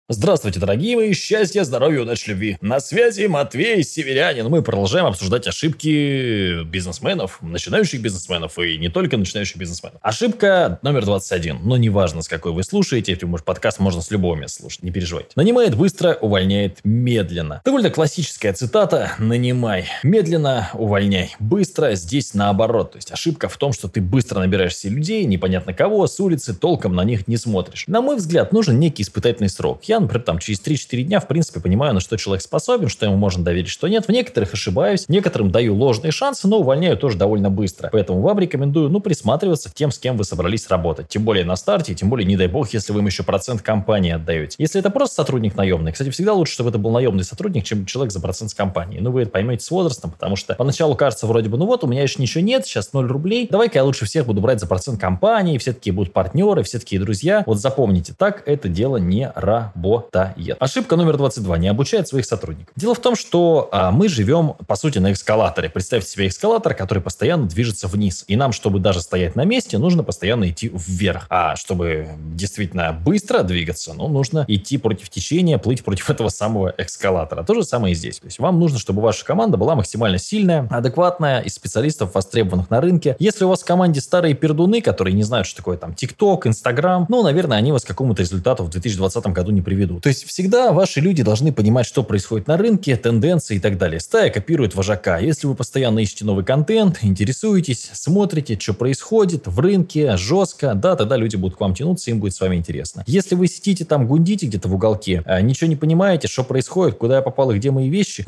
Здравствуйте, дорогие мои, счастья, здоровья, удачи, любви. На связи Матвей Северянин. Мы продолжаем обсуждать ошибки бизнесменов, начинающих бизнесменов и не только начинающих бизнесменов. Ошибка номер 21. Но неважно, с какой вы слушаете, может, подкаст можно с любого места слушать, не переживайте. Нанимает быстро, увольняет медленно. Довольно классическая цитата. Нанимай медленно, увольняй быстро. Здесь наоборот. То есть ошибка в том, что ты быстро набираешь себе людей, непонятно кого, с улицы, толком на них не смотришь. На мой взгляд, нужен некий испытательный срок. Я, например, через 3-4 дня, в принципе, понимаю, на что человек способен, что ему можно доверить, что нет. В некоторых ошибаюсь, некоторым даю ложные шансы, но увольняю тоже довольно быстро. Поэтому вам рекомендую, присматриваться к тем, с кем вы собрались работать. Тем более на старте, тем более, не дай бог, если вы им еще процент компании отдаете. Если это просто сотрудник наемный, кстати, всегда лучше, чтобы это был наемный сотрудник, чем человек за процент с компании. Вы это поймете с возрастом, потому что поначалу кажется вроде бы, у меня еще ничего нет, сейчас 0 рублей, давай-ка я лучше всех буду брать за процент компании, все такие будут партнеры, все такие друзья. Вот запомните, так это дело не работает. Ошибка номер 22. Не обучает своих сотрудников. Дело в том, что мы живем, по сути, на эскалаторе. Представьте себе эскалатор, который постоянно движется вниз. И нам, чтобы даже стоять на месте, нужно постоянно идти вверх. А чтобы действительно быстро двигаться, нужно идти против течения, плыть против этого самого эскалатора. То же самое и здесь. То есть вам нужно, чтобы ваша команда была максимально сильная, адекватная, из специалистов, востребованных на рынке. Если у вас в команде старые пердуны, которые не знают, что такое там ТикТок, Инстаграм, наверное, они вас к какому-то результату в 2020 году не приведут. То есть всегда ваши люди должны понимать, что происходит на рынке, тенденции и так далее. Стая копирует вожака. Если вы постоянно ищете новый контент, интересуетесь, смотрите, что происходит в рынке, жестко, тогда люди будут к вам тянуться, им будет с вами интересно. Если вы сидите там, гундите где-то в уголке, ничего не понимаете, что происходит, куда я попал и где мои вещи,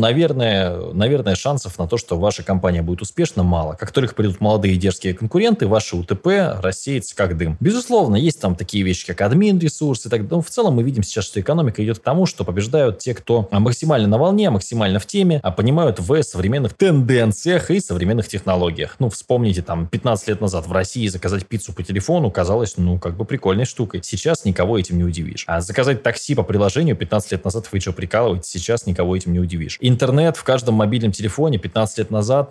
наверное, шансов на то, что ваша компания будет успешна, мало. Как только придут молодые дерзкие конкуренты, ваше УТП рассеется как дым. Безусловно, есть там такие вещи, как админ-ресурсы, в целом мы видим сейчас, что экономика идет к тому, что побеждают те, кто максимально на волне, максимально в теме, понимают в современных тенденциях и современных технологиях. Вспомните, 15 лет назад в России заказать пиццу по телефону казалось, прикольной штукой. Сейчас никого этим не удивишь. А заказать такси по приложению 15 лет назад, вы что, прикалываетесь? Сейчас никого этим не удивишь. Интернет в каждом мобильном телефоне 15 лет назад,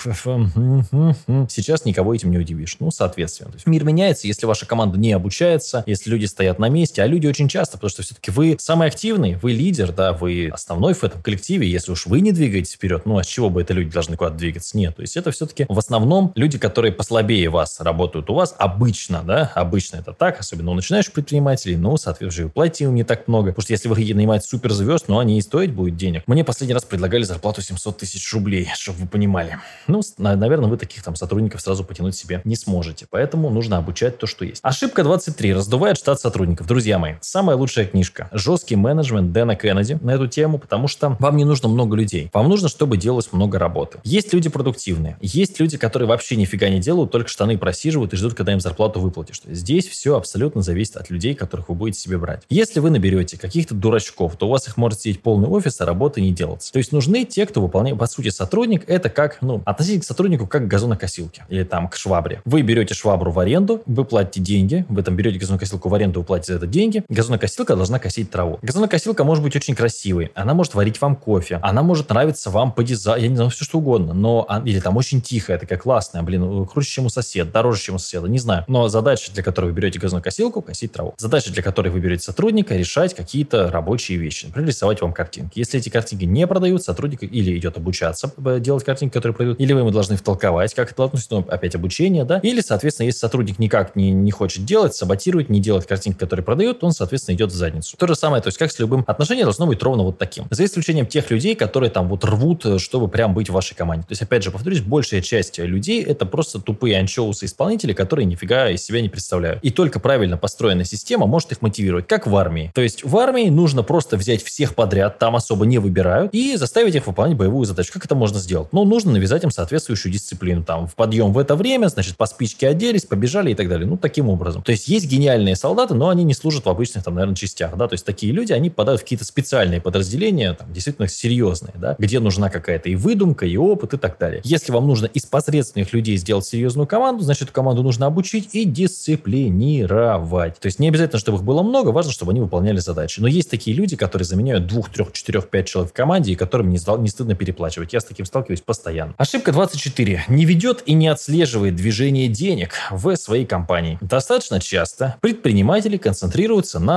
сейчас никого этим не удивишь. Соответственно. То есть мир меняется, если ваша команда не обучается, если люди стоят на месте, а люди очень часто, потому что все-таки вы самый активный, вы лидер, вы основной в этом коллективе, если уж вы не двигаетесь вперед, а с чего бы это люди должны куда-то двигаться? Нет, то есть это все-таки в основном люди, которые послабее вас работают у вас, обычно это так, особенно у начинающих предпринимателей, соответственно, вы платите им не так много, потому что если вы нанимаете суперзвезд, они и стоить будут денег. Мне последний раз предлагали зарплату 700 тысяч рублей, чтобы вы понимали. Наверное, вы таких сотрудников сразу потянуть себе не сможете, поэтому нужно обучать то, что есть. Ошибка 23. Раздувает штат сотрудников. Друзья мои, самая лучшая книжка «Жесткий менеджмент» Дэна Кеннеди на эту тему, потому что вам не нужно много людей. Вам нужно, чтобы делалось много работы. Есть люди продуктивные. Есть люди, которые вообще нифига не делают, только штаны просиживают и ждут, когда им зарплату выплатишь. Здесь все абсолютно зависит от людей, которых вы будете себе брать. Если вы наберете каких-то дурачков, то у вас их может сидеть полный офис, а работы не делаться. То есть нужны те, кто выполняет, по сути, сотрудник, это как, относитесь к сотруднику как к газонокосилке или к швабре. Вы берете швабру в аренду, вы платите деньги, вы берете газонокосилку в аренду, вы платите за это деньги. Газонокосилка должна косить траву. Газонокосилка может быть очень красивой, она может варить вам кофе, она может нравиться вам по дизайну, я не знаю, все что угодно, или очень тихая, такая классная, круче, чем у соседа, дороже, чем у соседа, не знаю. Но задача, для которой вы берете газонокосилку, косить траву. Задача, для которой вы берете сотрудника, решать какие-то рабочие вещи. Например, рисовать вам картинки. Если эти картинки не продают, сотрудник или идет обучаться делать картинки, которые продают, или вы ему должны втолковать, как это относится, опять обучение, или, соответственно, если сотрудник никак не хочет делать, саботирует, не делает картинки, которые продают, он, соответственно, идет в задницу. То же самое, то есть как с любым отношением должно быть ровно вот таким. За исключением тех людей, которые рвут, чтобы прям быть в вашей команде. То есть, опять же, повторюсь, большая часть людей это просто тупые анчоусы-исполнители, которые нифига из себя не представляют. И только правильно построенная система может их мотивировать, как в армии. То есть в армии нужно просто взять всех подряд, там особо не выбирают, и заставить их выполнять боевую задачу. Как это можно сделать? Нужно навязать им соответствующую дисциплину. В подъем в это время, значит, по спичке оделись, побежали и так далее. Таким образом. То есть есть гениальные солдаты, но они не служат в обычных, частях, То есть такие люди, они попадают в какие-то специальные подразделения, действительно серьезные, где нужна какая-то и выдумка, и опыт, и так далее. Если вам нужно из посредственных людей сделать серьезную команду, значит, эту команду нужно обучить и дисциплинировать. То есть не обязательно, чтобы их было много, важно, чтобы они выполняли задачи. Но есть такие люди, которые заменяют 2, 3, 4, 5 человек в команде, и которым не стыдно переплачивать. Я с таким сталкиваюсь постоянно. Ошибка 24. Не ведет и не отслеживает движение денег в своей компании. Достаточно часто предприниматели концентрируются на цифре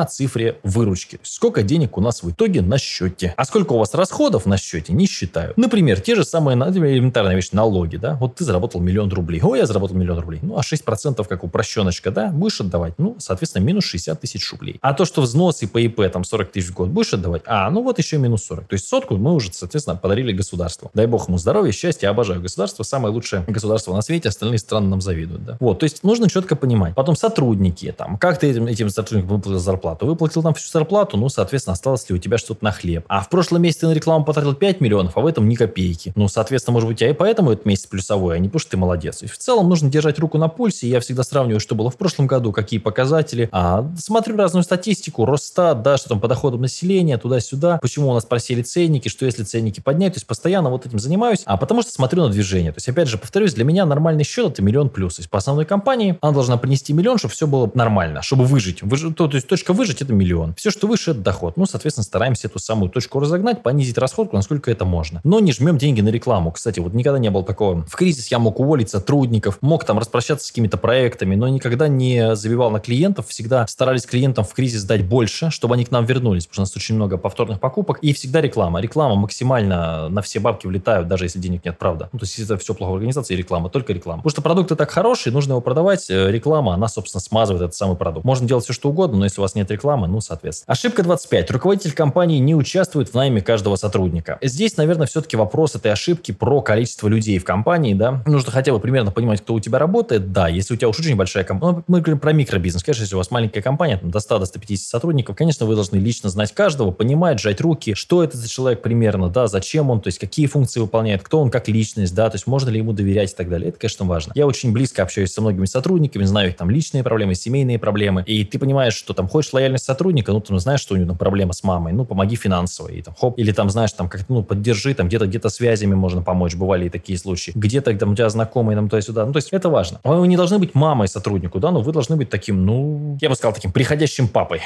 показатели выручки. Сколько денег у нас в итоге на счете. А сколько у вас расходов на счете, не считают. Например, те же самые элементарные вещи, налоги, да. Вот ты заработал 1 000 000 рублей. Ой, я заработал 1 000 000 рублей. Ну, а 6%, как упрощеночка, да, будешь отдавать. Ну, соответственно, минус 60 000 рублей. А то, что взносы по ИП, там, 40 000 в год будешь отдавать, ну вот еще минус 40. То есть 100 мы уже, соответственно, подарили государству. Дай бог ему здоровья, счастья, обожаю государство. Самое лучшее государство на свете, остальные страны нам завидуют, да. Вот, то есть нужно четко понимать. Потом сотрудники, там, как ты этим сотрудникам выплатил зарплату? Выплатил там всю зарплату, ну, соответственно, осталось ли у тебя что-то на хлеб. А в прошлом месяце ты на рекламу потратил 5 миллионов, а в этом ни копейки. Ну, соответственно, может быть, у тебя и поэтому этот месяц плюсовой, а не потому что ты молодец. И в целом нужно держать руку на пульсе. Я всегда сравниваю, что было в прошлом году, какие показатели. Смотрю разную статистику, Росстат, да, что там по доходам населения, туда-сюда. Почему у нас просели ценники, что если ценники поднять. То есть постоянно вот этим занимаюсь, потому что смотрю на движение. То есть, опять же, повторюсь, для меня нормальный счет – это 1 000 000 плюс. То есть по основной компании она должна принести 1 000 000, чтобы все было нормально, чтобы выжить. То есть точка выжить – это 1 000 000. Все, что выше – это доход. Ну, соответственно, стараемся эту самую точку разогнать, понизить расходку, насколько это можно. Но не жмем деньги на рекламу. Кстати, вот никогда не было такого. В кризис я мог уволить сотрудников, мог там распрощаться с какими-то проектами, но никогда не забивал на клиентов. Всегда старались клиентам в кризис дать больше, чтобы они к нам вернулись, потому что у нас очень много повторных покупок. И всегда реклама. Реклама максимально на все бабки влетают, даже если денег нет, правда. Ну, то есть, если это все плохо в организации, реклама, только реклама. Потому что продукты так хорошие, нужно его продавать. Реклама, она, собственно, смазывает этот самый продукт. Можно делать все, что угодно, но если у вас нет рекламы, ну, соответственно. Ошибка 25. Руководитель компании не участвует в найме каждого сотрудника. Здесь, наверное, все-таки вопрос этой ошибки про количество людей в компании, да. Нужно хотя бы примерно понимать, кто у тебя работает. Да, если у тебя уж очень большая компания, мы говорим про микробизнес. Конечно, если у вас маленькая компания, там, до 100-150 сотрудников, конечно, вы должны лично знать каждого, понимать, сжать руки, что это за человек примерно, да, зачем он, то есть какие функции выполняет, кто он как личность, да, то есть можно ли ему доверять и так далее. Это, конечно, важно. Я очень близко общаюсь со многими сотрудниками, знаю их там личные проблемы, семейные проблемы, и ты понимаешь, что там хочешь лояльность сотрудника, ну, ты знаешь, что у него там проблема с мамой, ну, помоги финансово, и там, хоп, или там, знаешь, там, как-то, ну, поддержи, там, где-то связями можно помочь, бывали и такие случаи, где-то там у тебя знакомые, там, туда-сюда, ну, то есть это важно. Вы не должны быть мамой сотруднику, да, но вы должны быть таким, ну, я бы сказал, таким приходящим папой.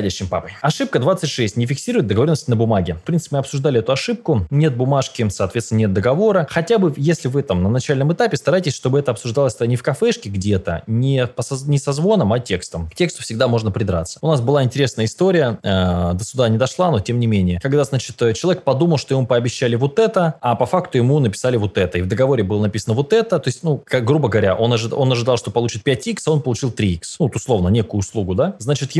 Ошибка 26. Не фиксирует договоренности на бумаге. В принципе, мы обсуждали эту ошибку. Нет бумажки, соответственно, нет договора. Хотя бы, если вы там на начальном этапе, старайтесь, чтобы это обсуждалось-то не в кафешке где-то, не со звоном, а текстом. К тексту всегда можно придраться. У нас была интересная история, до суда не дошла, но тем не менее. Когда, значит, человек подумал, что ему пообещали вот это, а по факту ему написали вот это. И в договоре было написано вот это. То есть, ну, как, грубо говоря, он ожидал, что получит 5х, а он получил 3х. Ну, вот условно, некую услугу, да. Значит,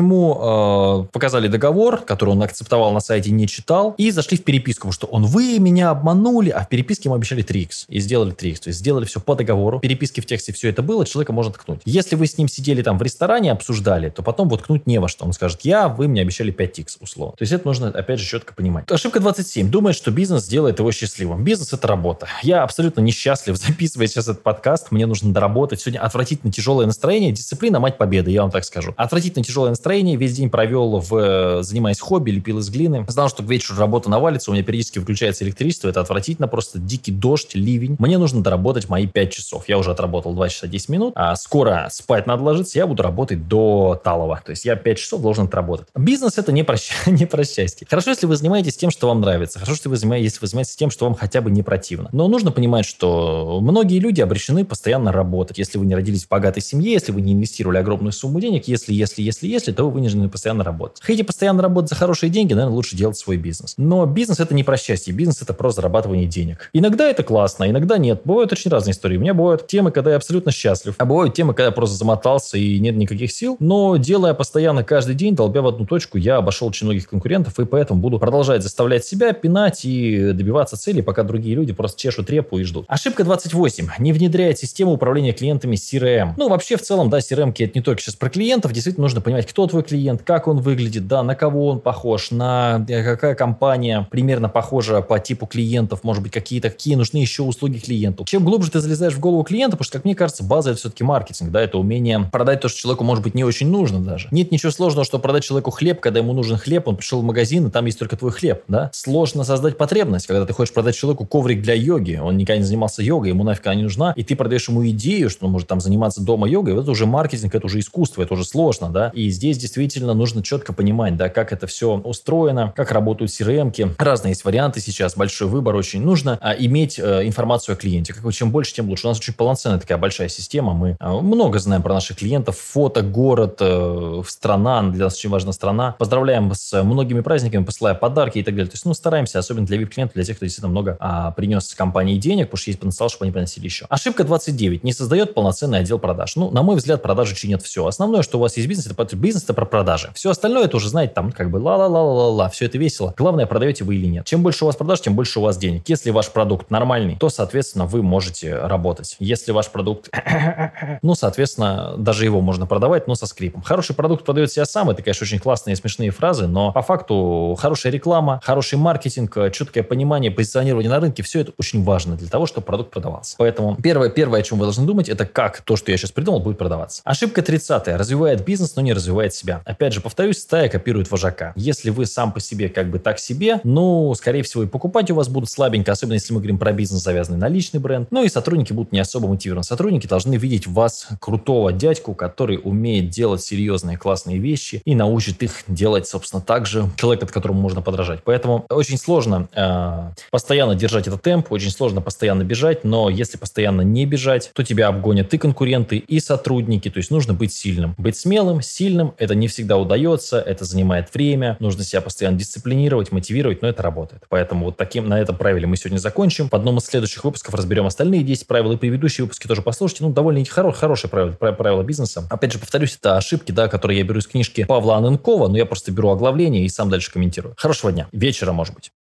ему показали договор, который он акцептовал на сайте, не читал, и зашли в переписку, потому что вы меня обманули, а в переписке ему обещали 3х. И сделали 3х. То есть, сделали все по договору. В переписке в тексте все это было, человека можно ткнуть. Если вы с ним сидели там в ресторане, обсуждали, то потом вот ткнуть не во что. Он скажет, вы мне обещали 5х, условно. То есть, это нужно, опять же, четко понимать. Ошибка 27. Думает, что бизнес сделает его счастливым. Бизнес – это работа. Я абсолютно несчастлив, записывая сейчас этот подкаст. Мне нужно доработать. Сегодня отвратительно тяжелое настроение. Дисциплина – мать победы, я вам так скажу. Отвратительно тяжелое настроение. Весь день провел, занимаясь хобби, лепил из глины. Знал, что к вечеру работа навалится. У меня периодически выключается электричество. Это отвратительно. Просто дикий дождь, ливень. Мне нужно доработать мои 5 часов. Я уже отработал 2 часа 10 минут. А скоро спать надо ложиться. Я буду работать до талого. То есть, я 5 часов должен отработать. Бизнес – это не про счастье. Хорошо, если вы занимаетесь тем, что вам нравится. Хорошо, если вы занимаетесь тем, что вам хотя бы не противно. Но нужно понимать, что многие люди обречены постоянно работать. Если вы не родились в богатой семье, если вы не инвестировали огромную сумму денег, если, то вы вынуждены постоянно работать. Хотите постоянно работать за хорошие деньги, наверное, лучше делать свой бизнес. Но бизнес – это не про счастье. Бизнес – это про зарабатывание денег. Иногда это классно, иногда нет. Бывают очень разные истории. У меня бывают темы, когда я абсолютно счастлив. А бывают темы, когда я просто замотался и нет никаких сил. Но делая постоянно каждый день, долбя в одну точку, я обошел очень многих конкурентов, и поэтому буду продолжать заставлять себя пинать и добиваться целей, пока другие люди просто чешут репу и ждут. Ошибка 28. Не внедряет систему управления клиентами CRM. Ну, вообще, в целом, да, CRM-ки это не только сейчас про клиентов. Действительно, нужно понимать, кто твой клиент, как он выглядит, да, на кого он похож, на какая компания примерно похожа по типу клиентов, может быть, какие нужны еще услуги клиенту. Чем глубже ты залезаешь в голову клиента, потому что, как мне кажется, база это все-таки маркетинг, да, это умение продать то, что человеку, может быть, не очень нужно даже. Нет ничего сложного, что продать человеку хлеб, когда ему нужен хлеб, он пришел в магазин, и там есть только твой хлеб, да. Сложно создать потребность, когда ты хочешь продать человеку коврик для йоги, он никогда не занимался йогой, ему нафиг она не нужна, и ты продаешь ему идею, что он может там заниматься дома йогой, это уже маркетинг, это уже искусство, это уже сложно, да. И здесь действительно нужно четко понимать, да, как это все устроено, как работают CRM-ки. Разные есть варианты сейчас, большой выбор очень. Нужно иметь информацию о клиенте. Чем больше, тем лучше. У нас очень полноценная такая большая система. Мы много знаем про наших клиентов. Фото, город, страна для нас очень важна страна. Поздравляем с многими праздниками, посылая подарки и так далее. То есть, стараемся, особенно для VIP-клиентов, для тех, кто действительно много принес компании денег, потому что есть потенциал, чтобы они приносили еще. Ошибка 29. Не создает полноценный отдел продаж. На мой взгляд, продажи чинят все. Основное, что у вас есть бизнес, это про продажи. Все остальное, это уже, знаете, там, ла-ла-ла-ла-ла, все это весело. Главное, продаете вы или нет. Чем больше у вас продаж, тем больше у вас денег. Если ваш продукт нормальный, то, соответственно, вы можете работать. Если ваш продукт, соответственно, даже его можно продавать, но со скрипом. Хороший продукт продает себя сам. Это, конечно, очень классные и смешные фразы, но по факту хорошая реклама, хороший маркетинг, четкое понимание, позиционирование на рынке, все это очень важно для того, чтобы продукт продавался. Поэтому первое, о чем вы должны думать, это как то, что я сейчас придумал, будет продаваться. Ошибка 30. Развивает бизнес, но не развивает себя. Опять же, повторюсь, стая копирует вожака. Если вы сам по себе так себе, скорее всего, и покупать у вас будут слабенько, особенно если мы говорим про бизнес, завязанный на личный бренд. И сотрудники будут не особо мотивированы. Сотрудники должны видеть в вас крутого дядьку, который умеет делать серьезные, классные вещи и научит их делать, собственно, так же человек, от которому можно подражать. Поэтому очень сложно постоянно держать этот темп, очень сложно постоянно бежать, но если постоянно не бежать, то тебя обгонят и конкуренты, и сотрудники. То есть нужно быть сильным. Быть смелым, сильным, это не всегда удается, это занимает время, нужно себя постоянно дисциплинировать, мотивировать, но это работает. Поэтому на этом правиле мы сегодня закончим. В одном из следующих выпусков разберем остальные 10 правил, и предыдущие выпуски тоже послушайте. Довольно хорошие правила бизнеса. Опять же, повторюсь, это ошибки, которые я беру из книги Павла Анненкова, но я просто беру оглавление и сам дальше комментирую. Хорошего дня. Вечера, может быть.